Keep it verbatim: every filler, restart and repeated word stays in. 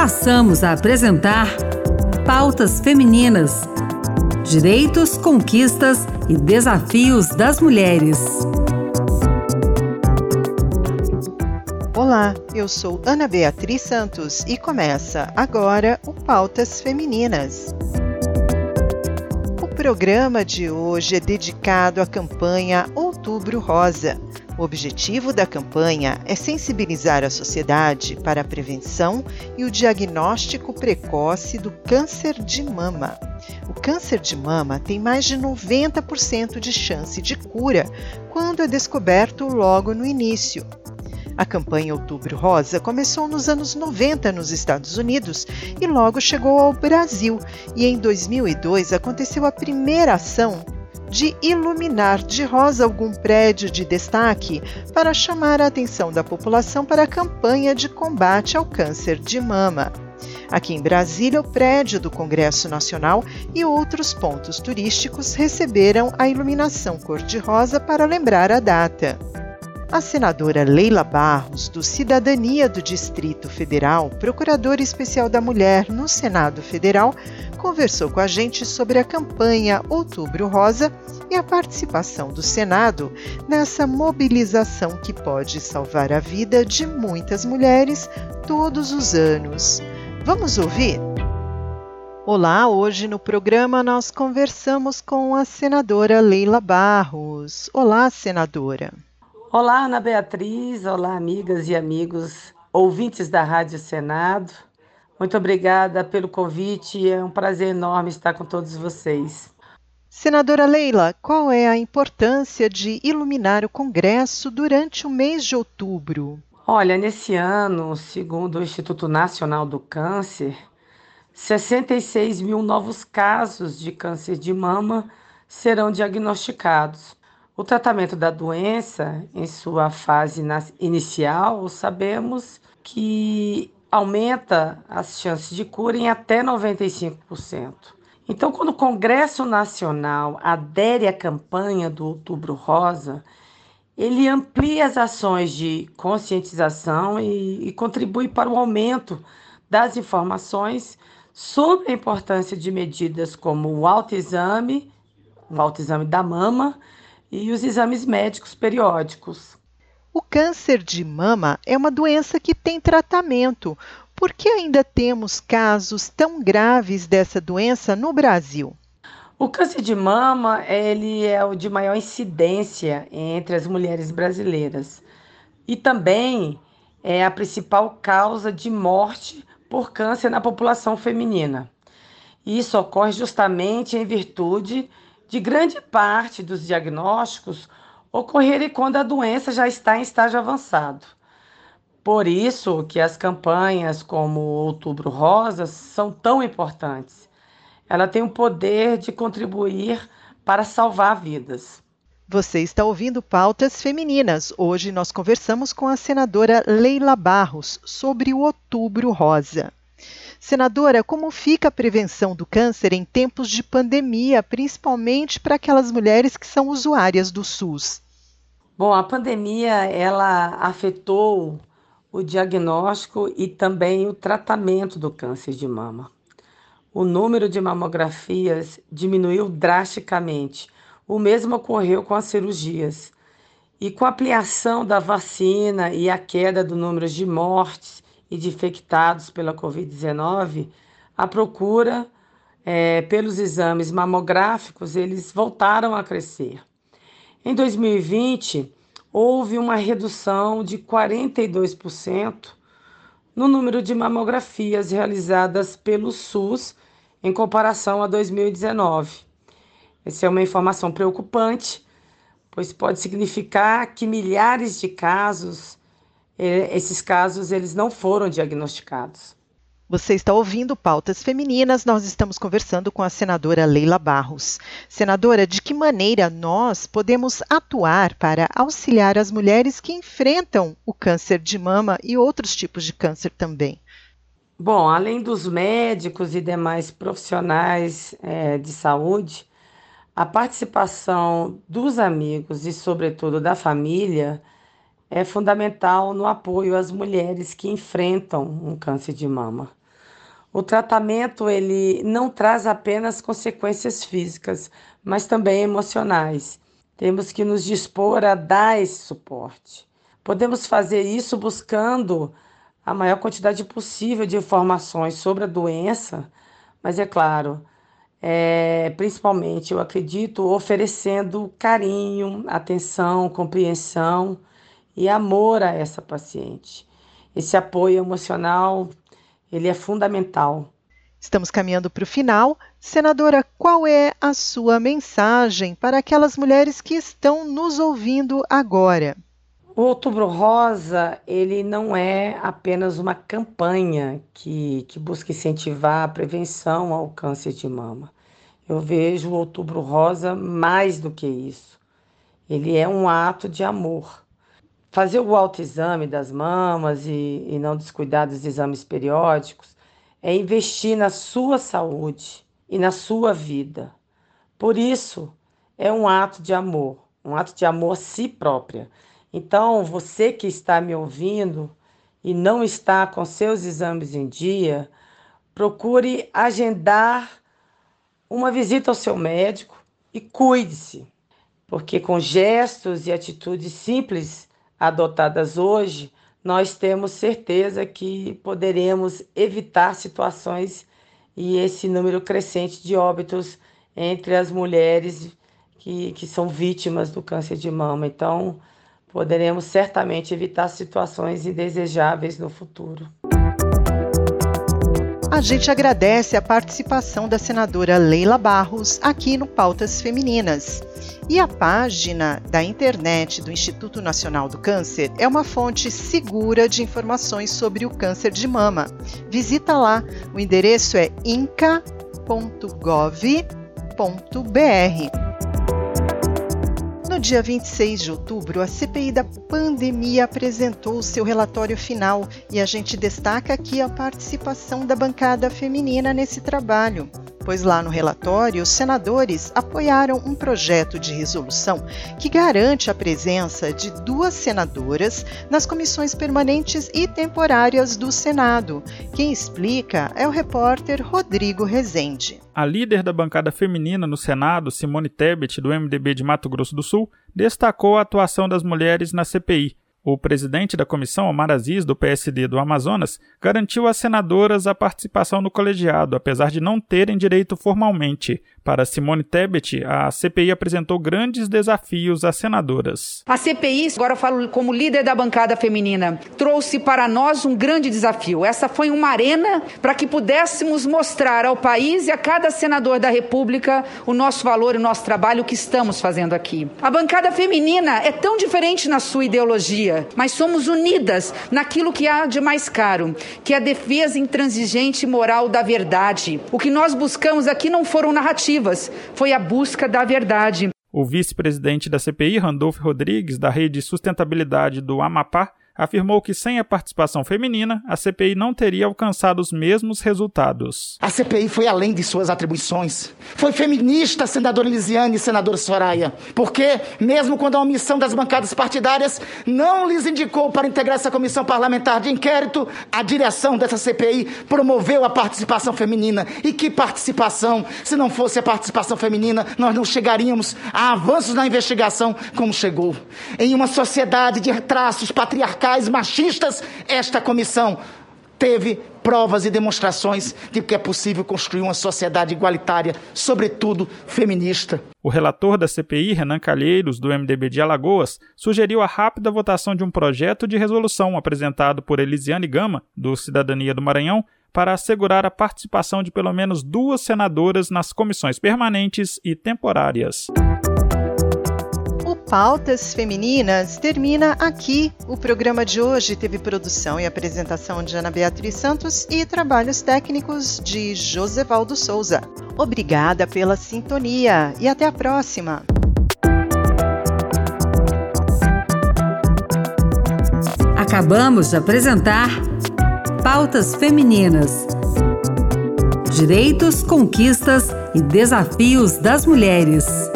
Passamos a apresentar Pautas Femininas: Direitos, Conquistas e Desafios das Mulheres. Olá, eu sou Ana Beatriz Santos e começa agora o Pautas Femininas. O programa de hoje é dedicado à campanha Outubro Rosa. O objetivo da campanha é sensibilizar a sociedade para a prevenção e o diagnóstico precoce do câncer de mama. O câncer de mama tem mais de noventa por cento de chance de cura quando é descoberto logo no início. A campanha Outubro Rosa começou nos anos noventa nos Estados Unidos e logo chegou ao Brasil, e em dois mil e dois aconteceu a primeira ação de iluminar de rosa algum prédio de destaque para chamar a atenção da população para a campanha de combate ao câncer de mama. Aqui em Brasília, o prédio do Congresso Nacional e outros pontos turísticos receberam a iluminação cor-de-rosa para lembrar a data. A senadora Leila Barros, do Cidadania do Distrito Federal, Procuradora Especial da Mulher no Senado Federal, conversou com a gente sobre a campanha Outubro Rosa e a participação do Senado nessa mobilização que pode salvar a vida de muitas mulheres todos os anos. Vamos ouvir? Olá, hoje no programa nós conversamos com a senadora Leila Barros. Olá, senadora. Olá, Ana Beatriz, olá, amigas e amigos, ouvintes da Rádio Senado. Muito obrigada pelo convite, é um prazer enorme estar com todos vocês. Senadora Leila, qual é a importância de iluminar o Congresso durante o mês de outubro? Olha, nesse ano, segundo o Instituto Nacional do Câncer, sessenta e seis mil novos casos de câncer de mama serão diagnosticados. O tratamento da doença, em sua fase inicial, sabemos que aumenta as chances de cura em até noventa e cinco por cento. Então, quando o Congresso Nacional adere à campanha do Outubro Rosa, ele amplia as ações de conscientização e, e contribui para o aumento das informações sobre a importância de medidas como o autoexame, o autoexame da mama, e os exames médicos periódicos. O câncer de mama é uma doença que tem tratamento. Por que ainda temos casos tão graves dessa doença no Brasil? O câncer de mama ele é o de maior incidência entre as mulheres brasileiras e também é a principal causa de morte por câncer na população feminina. Isso ocorre justamente em virtude de grande parte dos diagnósticos ocorrerem quando a doença já está em estágio avançado. Por isso que as campanhas como Outubro Rosa são tão importantes. Ela tem o poder de contribuir para salvar vidas. Você está ouvindo Pautas Femininas. Hoje nós conversamos com a senadora Leila Barros sobre o Outubro Rosa. Senadora, como fica a prevenção do câncer em tempos de pandemia, principalmente para aquelas mulheres que são usuárias do SUS? Bom, a pandemia ela afetou o diagnóstico e também o tratamento do câncer de mama. O número de mamografias diminuiu drasticamente. O mesmo ocorreu com as cirurgias. E com a ampliação da vacina e a queda do número de mortes e de infectados pela covid dezenove, a procura é, pelos exames mamográficos eles voltaram a crescer. Em dois mil e vinte, houve uma redução de quarenta e dois por cento no número de mamografias realizadas pelo SUS em comparação a dois mil e dezenove. Essa é uma informação preocupante, pois pode significar que milhares de casos esses casos eles não foram diagnosticados. Você está ouvindo Pautas Femininas, nós estamos conversando com a senadora Leila Barros. Senadora, de que maneira nós podemos atuar para auxiliar as mulheres que enfrentam o câncer de mama e outros tipos de câncer também? Bom, além dos médicos e demais profissionais é, de saúde, a participação dos amigos e, sobretudo, da família é fundamental no apoio às mulheres que enfrentam um câncer de mama. O tratamento ele não traz apenas consequências físicas, mas também emocionais. Temos que nos dispor a dar esse suporte. Podemos fazer isso buscando a maior quantidade possível de informações sobre a doença, mas é claro, é, principalmente eu acredito oferecendo carinho, atenção, compreensão e amor a essa paciente. Esse apoio emocional, ele é fundamental. Estamos caminhando para o final. Senadora, qual é a sua mensagem para aquelas mulheres que estão nos ouvindo agora? O Outubro Rosa, ele não é apenas uma campanha que, que busca incentivar a prevenção ao câncer de mama. Eu vejo o Outubro Rosa mais do que isso. Ele é um ato de amor. Fazer o autoexame das mamas e, e não descuidar dos exames periódicos é investir na sua saúde e na sua vida. Por isso, é um ato de amor, um ato de amor a si própria. Então, você que está me ouvindo e não está com seus exames em dia, procure agendar uma visita ao seu médico e cuide-se, porque com gestos e atitudes simples adotadas hoje, nós temos certeza que poderemos evitar situações e esse número crescente de óbitos entre as mulheres que, que são vítimas do câncer de mama. Então, poderemos certamente evitar situações indesejáveis no futuro. A gente agradece a participação da senadora Leila Barros aqui no Pautas Femininas. E a página da internet do Instituto Nacional do Câncer é uma fonte segura de informações sobre o câncer de mama. Visita lá, o endereço é inca ponto gov ponto br. No dia vinte e seis de outubro, a C P I da pandemia apresentou o seu relatório final e a gente destaca aqui a participação da bancada feminina nesse trabalho, pois lá no relatório os senadores apoiaram um projeto de resolução que garante a presença de duas senadoras nas comissões permanentes e temporárias do Senado. Quem explica é o repórter Rodrigo Rezende. A líder da bancada feminina no Senado, Simone Tebet, do M D B de Mato Grosso do Sul, destacou a atuação das mulheres na C P I. O presidente da comissão, Omar Aziz, do P S D do Amazonas, garantiu às senadoras a participação no colegiado, apesar de não terem direito formalmente. Para Simone Tebet, a C P I apresentou grandes desafios às senadoras. A C P I, agora eu falo como líder da bancada feminina, trouxe para nós um grande desafio. Essa foi uma arena para que pudéssemos mostrar ao país e a cada senador da República o nosso valor e o nosso trabalho, o que estamos fazendo aqui. A bancada feminina é tão diferente na sua ideologia, mas somos unidas naquilo que há de mais caro, que é a defesa intransigente e moral da verdade. O que nós buscamos aqui não foram narrativas, foi a busca da verdade. O vice-presidente da C P I, Randolfo Rodrigues, da Rede Sustentabilidade do Amapá, afirmou que sem a participação feminina, a C P I não teria alcançado os mesmos resultados. A C P I foi além de suas atribuições. Foi feminista, senadora Elisiane e senadora Soraya, porque, mesmo quando a omissão das bancadas partidárias não lhes indicou para integrar essa comissão parlamentar de inquérito, a direção dessa C P I promoveu a participação feminina. E que participação! Se não fosse a participação feminina, nós não chegaríamos a avanços na investigação como chegou. Em uma sociedade de traços patriarcais, machistas, esta comissão teve provas e demonstrações de que é possível construir uma sociedade igualitária, sobretudo feminista. O relator da C P I, Renan Calheiros, do M D B de Alagoas, sugeriu a rápida votação de um projeto de resolução apresentado por Elisiane Gama, do Cidadania do Maranhão, para assegurar a participação de pelo menos duas senadoras nas comissões permanentes e temporárias. Pautas Femininas termina aqui. O programa de hoje teve produção e apresentação de Ana Beatriz Santos e trabalhos técnicos de Josevaldo Souza. Obrigada pela sintonia e até a próxima. Acabamos de apresentar Pautas Femininas. Direitos, conquistas e desafios das mulheres.